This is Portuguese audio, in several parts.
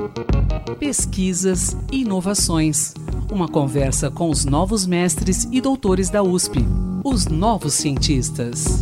Pesquisas e inovações. Uma conversa com os novos mestres e doutores da USP, os novos cientistas.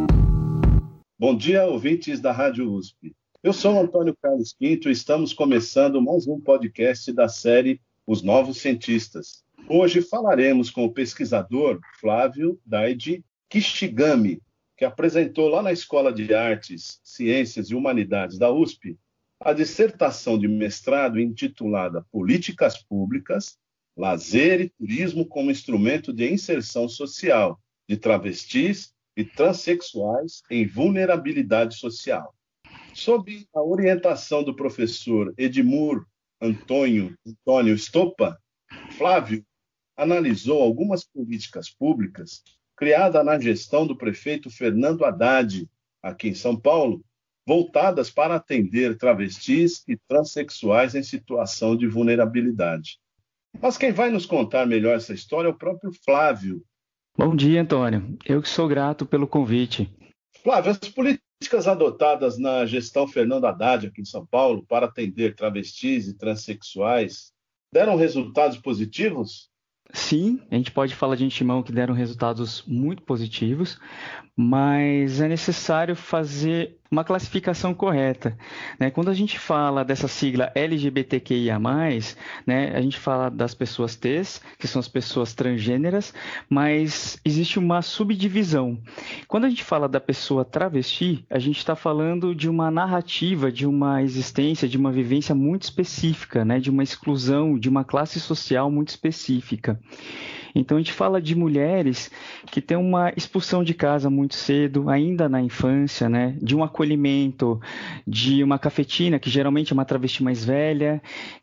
Bom dia, ouvintes da Rádio USP. Eu sou Antônio Carlos Quinto e estamos começando mais um podcast da série Os Novos Cientistas. Hoje falaremos com o pesquisador Flávio Daide Kishigami, que apresentou lá na Escola de Artes, Ciências e Humanidades da USP a dissertação de mestrado intitulada Políticas Públicas, Lazer e Turismo como Instrumento de Inserção Social de Travestis e Transsexuais em Vulnerabilidade Social. Sob a orientação do professor Edmur Antônio Stoppa, Flávio analisou algumas políticas públicas criadas na gestão do prefeito Fernando Haddad, aqui em São Paulo, voltadas para atender travestis e transexuais em situação de vulnerabilidade. Mas quem vai nos contar melhor essa história é o próprio Flávio. Bom dia, Antônio. Eu que sou grato pelo convite. Flávio, as políticas adotadas na gestão Fernando Haddad, aqui em São Paulo, para atender travestis e transexuais, deram resultados positivos? Sim, a gente pode falar de antemão que deram resultados muito positivos, mas é necessário fazer uma classificação correta, né? Quando a gente fala dessa sigla LGBTQIA+, né, a gente fala das pessoas T's, que são as pessoas transgêneras, mas existe uma subdivisão. Quando a gente fala da pessoa travesti, a gente está falando de uma narrativa, de uma existência, de uma vivência muito específica, né, de uma exclusão, de uma classe social muito específica. Então, a gente fala de mulheres que têm uma expulsão de casa muito cedo, ainda na infância, né? De um acolhimento, de uma cafetina, que geralmente é uma travesti mais velha,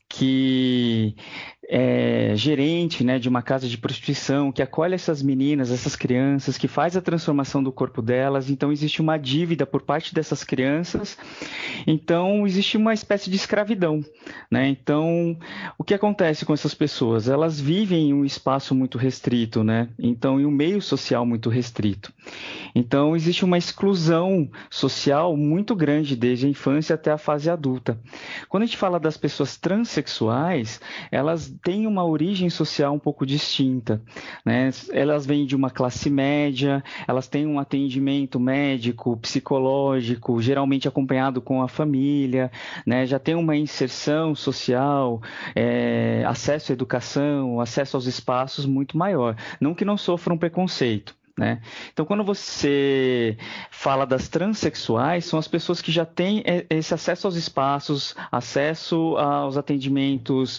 que é gerente, né, de uma casa de prostituição, que acolhe essas meninas, essas crianças, que faz a transformação do corpo delas. Então, existe uma dívida por parte dessas crianças. Então, existe uma espécie de escravidão, né? Então, o que acontece com essas pessoas? Elas vivem em um espaço muito restrito, né? Então, em um meio social muito restrito. Então, existe uma exclusão social muito grande desde a infância até a fase adulta. Quando a gente fala das pessoas transexuais, elas têm uma origem social um pouco distinta, né? Elas vêm de uma classe média, elas têm um atendimento médico, psicológico, geralmente acompanhado com a família, né? Já tem uma inserção social, acesso à educação, acesso aos espaços muito maior. Não que não sofram preconceito, né? Então, quando você fala das transexuais, são as pessoas que já têm esse acesso aos espaços, acesso aos atendimentos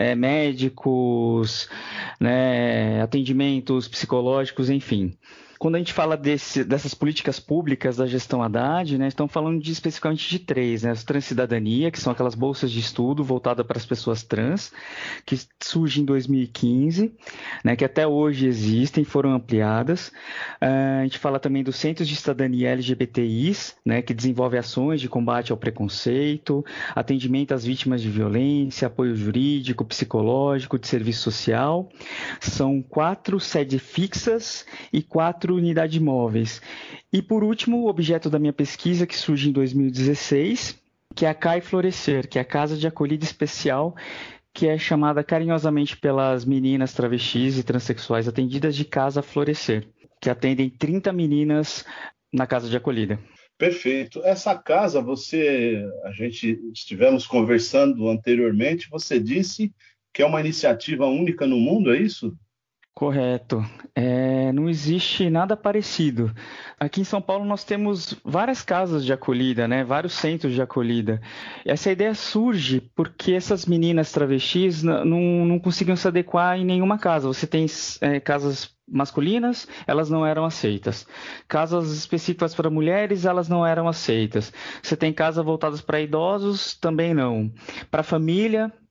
médicos, né, atendimentos psicológicos, enfim. Quando a gente fala dessas políticas públicas da gestão Haddad, né, estamos falando especificamente de três, né? As Transcidadania, que são aquelas bolsas de estudo voltadas para as pessoas trans, que surgem em 2015, né, que até hoje existem, foram ampliadas. A gente fala também dos Centros de Cidadania LGBTIs, né, que desenvolve ações de combate ao preconceito, atendimento às vítimas de violência, apoio jurídico, psicológico, de serviço social. São 4 sedes fixas e 4 unidades móveis. E, por último, o objeto da minha pesquisa, que surge em 2016, que é a CAI Florescer, que é a Casa de Acolhida Especial, que é chamada carinhosamente pelas meninas travestis e transexuais atendidas de Casa Florescer, que atendem 30 meninas na casa de acolhida. Perfeito. Essa casa, a gente estivemos conversando anteriormente, você disse que é uma iniciativa única no mundo, é isso? Correto. Não existe nada parecido. Aqui em São Paulo nós temos várias casas de acolhida, né? Vários centros de acolhida. Essa ideia surge porque essas meninas travestis não conseguiam se adequar em nenhuma casa. Você tem casas masculinas, elas não eram aceitas. Casas específicas para mulheres, elas não eram aceitas. Você tem casas voltadas para idosos, também não. Para família,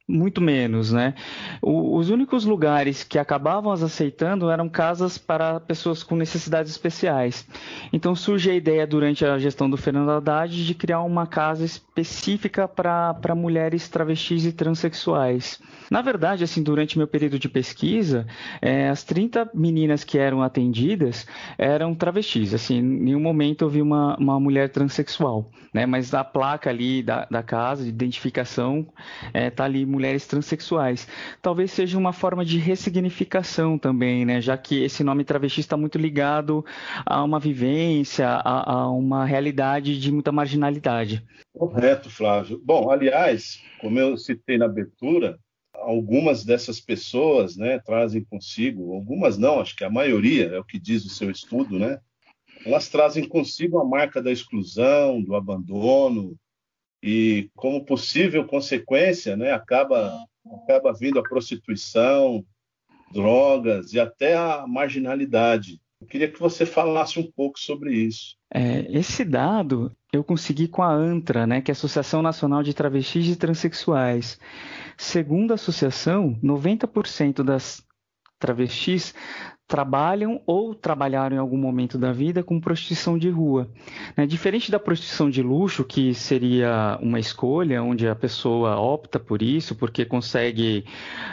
muito menos, né? Os únicos lugares que acabavam as aceitando eram casas para pessoas com necessidades especiais. Então surge a ideia durante a gestão do Fernando Haddad de criar uma casa específica para mulheres travestis e transexuais. Na verdade, assim, durante meu período de pesquisa, as 30 meninas que eram atendidas eram travestis. Assim, em nenhum momento eu vi uma mulher transexual, né? Mas a placa ali da casa de identificação tá ali mulheres transexuais. Talvez seja uma forma de ressignificação também, né? Já que esse nome travesti está muito ligado a uma vivência, a uma realidade de muita marginalidade. Correto, Flávio. Bom, aliás, como eu citei na abertura, algumas dessas pessoas, né, trazem consigo, algumas não, acho que a maioria, é o que diz o seu estudo, né? Elas trazem consigo a marca da exclusão, do abandono, e como possível consequência, né, acaba vindo a prostituição, drogas e até a marginalidade. Eu queria que você falasse um pouco sobre isso. Esse dado eu consegui com a ANTRA, né, que é a Associação Nacional de Travestis e Transsexuais. Segundo a associação, 90% das travestis trabalham ou trabalharam em algum momento da vida com prostituição de rua. Diferente da prostituição de luxo, que seria uma escolha, onde a pessoa opta por isso, porque consegue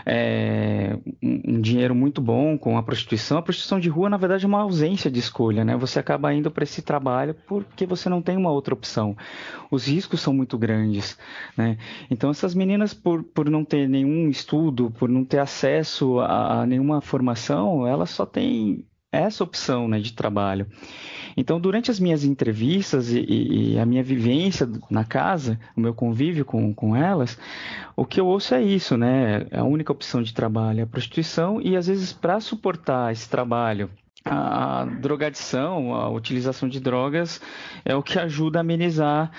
um dinheiro muito bom com a prostituição de rua, na verdade, é uma ausência de escolha, né? Você acaba indo para esse trabalho porque você não tem uma outra opção. Os riscos são muito grandes, né? Então, essas meninas, por não ter nenhum estudo, por não ter acesso a nenhuma formação, elas só têm essa opção, né, de trabalho. Então, durante as minhas entrevistas e a minha vivência na casa, o meu convívio com elas, o que eu ouço é isso, né? A única opção de trabalho é a prostituição e, às vezes, para suportar esse trabalho, a drogadição, a utilização de drogas é o que ajuda a amenizar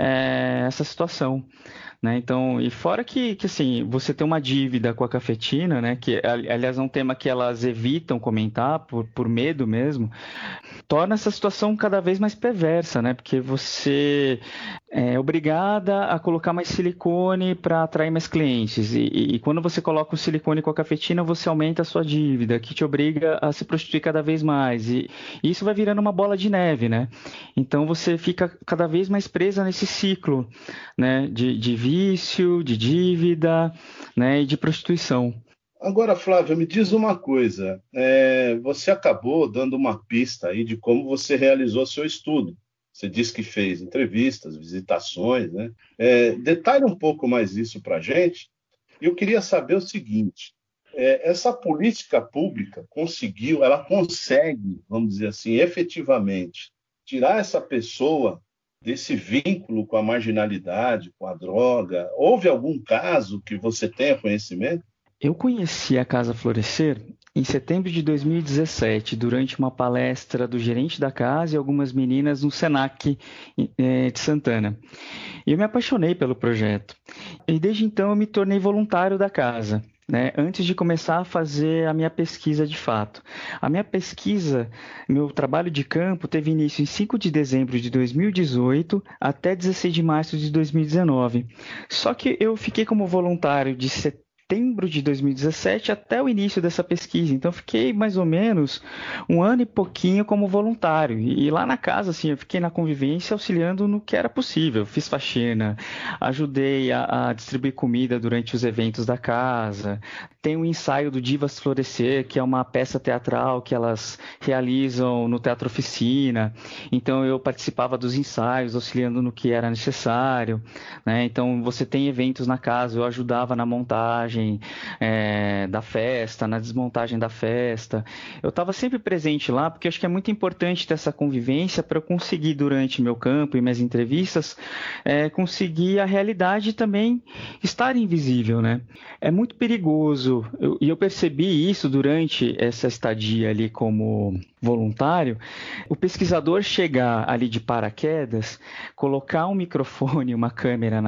essa situação. Né? Então, e fora que assim, você tem uma dívida com a cafetina, né? Que aliás é um tema que elas evitam comentar por medo mesmo, torna essa situação cada vez mais perversa, né? Porque você é obrigada a colocar mais silicone para atrair mais clientes e quando você coloca o silicone com a cafetina, você aumenta a sua dívida, que te obriga a se prostituir cada vez mais e isso vai virando uma bola de neve, né? Então você fica cada vez mais presa nesse ciclo, né? De vício, de dívida, né? E de prostituição. Agora, Flávio, me diz uma coisa. Você acabou dando uma pista aí de como você realizou seu estudo. Você disse que fez entrevistas, visitações, né? Detalhe um pouco mais isso para a gente. E eu queria saber o seguinte: essa política pública ela consegue, vamos dizer assim, efetivamente, tirar essa pessoa desse vínculo com a marginalidade, com a droga? Houve algum caso que você tenha conhecimento? Eu conheci a Casa Florescer em setembro de 2017, durante uma palestra do gerente da casa e algumas meninas no Senac de Santana. E eu me apaixonei pelo projeto. E desde então eu me tornei voluntário da casa, né, antes de começar a fazer a minha pesquisa de fato. A minha pesquisa, meu trabalho de campo, teve início em 5 de dezembro de 2018 até 16 de março de 2019. Só que eu fiquei como voluntário de setembro de 2017 até o início dessa pesquisa. Então, fiquei mais ou menos 1 ano e pouquinho como voluntário. E lá na casa, assim, eu fiquei na convivência auxiliando no que era possível. Fiz faxina, ajudei a distribuir comida durante os eventos da casa. Tem o ensaio do Divas Florescer, que é uma peça teatral que elas realizam no Teatro Oficina. Então, eu participava dos ensaios, auxiliando no que era necessário, né? Então, você tem eventos na casa, eu ajudava na montagem da festa, na desmontagem da festa. Eu estava sempre presente lá, porque acho que é muito importante ter essa convivência para eu conseguir, durante meu campo e minhas entrevistas, conseguir a realidade também estar invisível, né? É muito perigoso, e eu percebi isso durante essa estadia ali como voluntário, o pesquisador chegar ali de paraquedas, colocar um microfone, uma câmera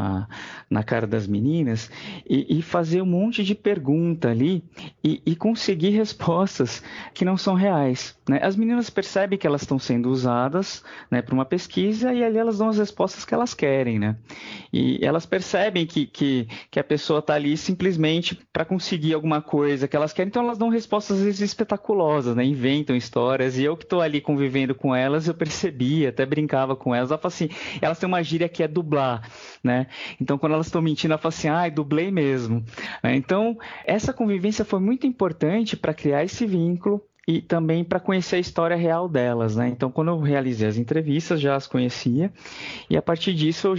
na cara das meninas e fazer um monte de pergunta ali e conseguir respostas que não são reais. né? As meninas percebem que elas estão sendo usadas, né, para uma pesquisa e ali elas dão as respostas que elas querem, né? E elas percebem que a pessoa está ali simplesmente para conseguir alguma coisa que elas querem, então elas dão respostas às vezes espetaculosas, né? Inventam histórias, e eu que estou ali convivendo com elas, eu percebi, até brincava com elas, ela fala assim, elas têm uma gíria que é dublar, né? Então quando elas estão mentindo, ela fala assim, dublei mesmo. Então essa convivência foi muito importante para criar esse vínculo e também para conhecer a história real delas, né? Então, quando eu realizei as entrevistas, já as conhecia, e a partir disso eu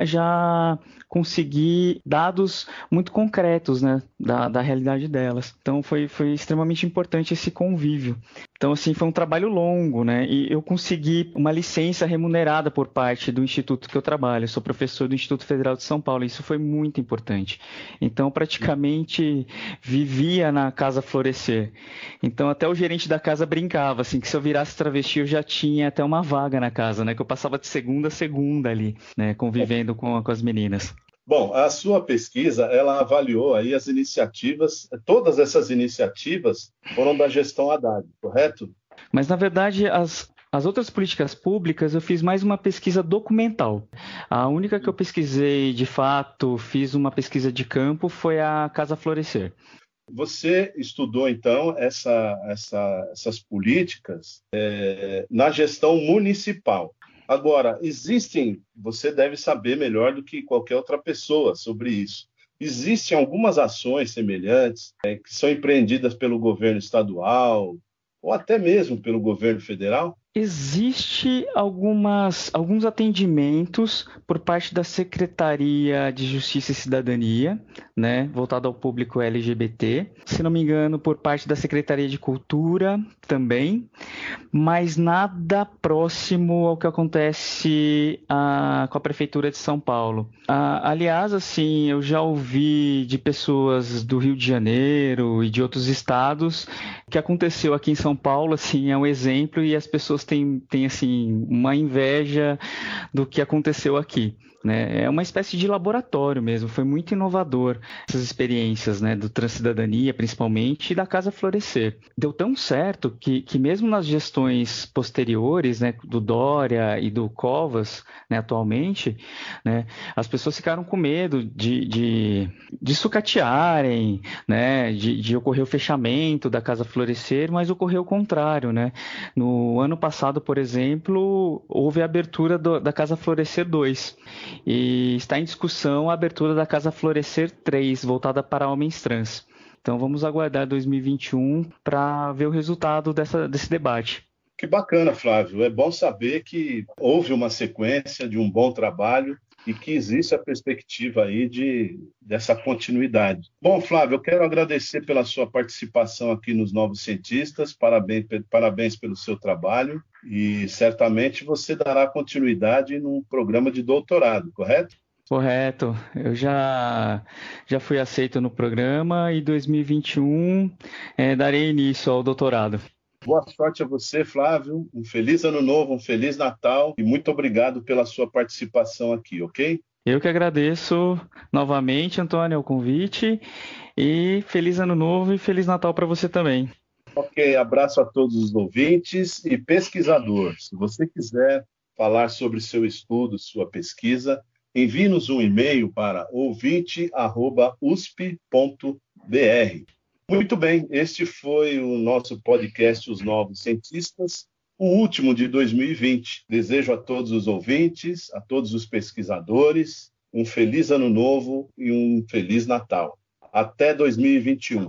já consegui dados muito concretos, né, da realidade delas. Então, foi extremamente importante esse convívio. Então, assim, foi um trabalho longo, né? E eu consegui uma licença remunerada por parte do instituto que eu trabalho. Eu sou professor do Instituto Federal de São Paulo, e isso foi muito importante. Então, praticamente vivia na Casa Florescer. Então, até o gerente da casa brincava, assim, que se eu virasse travesti, eu já tinha até uma vaga na casa, né? Que eu passava de segunda a segunda ali, né? Convivendo com as meninas. Bom, a sua pesquisa, ela avaliou aí as iniciativas, todas essas iniciativas foram da gestão Haddad, correto? Mas, na verdade, as outras políticas públicas, eu fiz mais uma pesquisa documental. A única que eu pesquisei, de fato, fiz uma pesquisa de campo, foi a Casa Florescer. Você estudou, então, essas políticas na gestão municipal. Agora, você deve saber melhor do que qualquer outra pessoa sobre isso. Existem algumas ações semelhantes que são empreendidas pelo governo estadual ou até mesmo pelo governo federal? Existe alguns atendimentos por parte da Secretaria de Justiça e Cidadania, né, voltado ao público LGBT, se não me engano, por parte da Secretaria de Cultura também, mas nada próximo ao que acontece com a Prefeitura de São Paulo. Aliás, assim, eu já ouvi de pessoas do Rio de Janeiro e de outros estados que aconteceu aqui em São Paulo, assim, é um exemplo, e as pessoas têm assim, uma inveja do que aconteceu aqui. Né? É uma espécie de laboratório mesmo, foi muito inovador essas experiências, né, do Transcidadania, principalmente, e da Casa Florescer. Deu tão certo que mesmo nas gestões posteriores, né, do Dória e do Covas, né, atualmente, né, as pessoas ficaram com medo de sucatearem, né, de ocorrer o fechamento da Casa Florescer, mas ocorreu o contrário. Né? No ano passado, por exemplo, houve a abertura da Casa Florescer 2. E está em discussão a abertura da Casa Florescer 3, voltada para homens trans. Então vamos aguardar 2021 para ver o resultado desse debate. Que bacana, Flávio. É bom saber que houve uma sequência de um bom trabalho e que existe a perspectiva aí dessa continuidade. Bom, Flávio, eu quero agradecer pela sua participação aqui nos Novos Cientistas, parabéns pelo seu trabalho, e certamente você dará continuidade num programa de doutorado, correto? Correto, eu já fui aceito no programa e em 2021 darei início ao doutorado. Boa sorte a você, Flávio. Um feliz Ano Novo, um Feliz Natal e muito obrigado pela sua participação aqui, ok? Eu que agradeço novamente, Antônio, o convite, e Feliz Ano Novo e Feliz Natal para você também. Ok, abraço a todos os ouvintes e pesquisadores. Se você quiser falar sobre seu estudo, sua pesquisa, envie-nos um e-mail para ouvinte@usp.br. Muito bem, este foi o nosso podcast Os Novos Cientistas, o último de 2020. Desejo a todos os ouvintes, a todos os pesquisadores, um feliz Ano Novo e um Feliz Natal. Até 2021.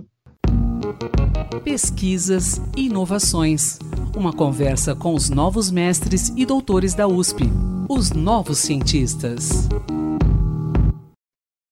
Pesquisas e inovações. Uma conversa com os novos mestres e doutores da USP. Os Novos Cientistas.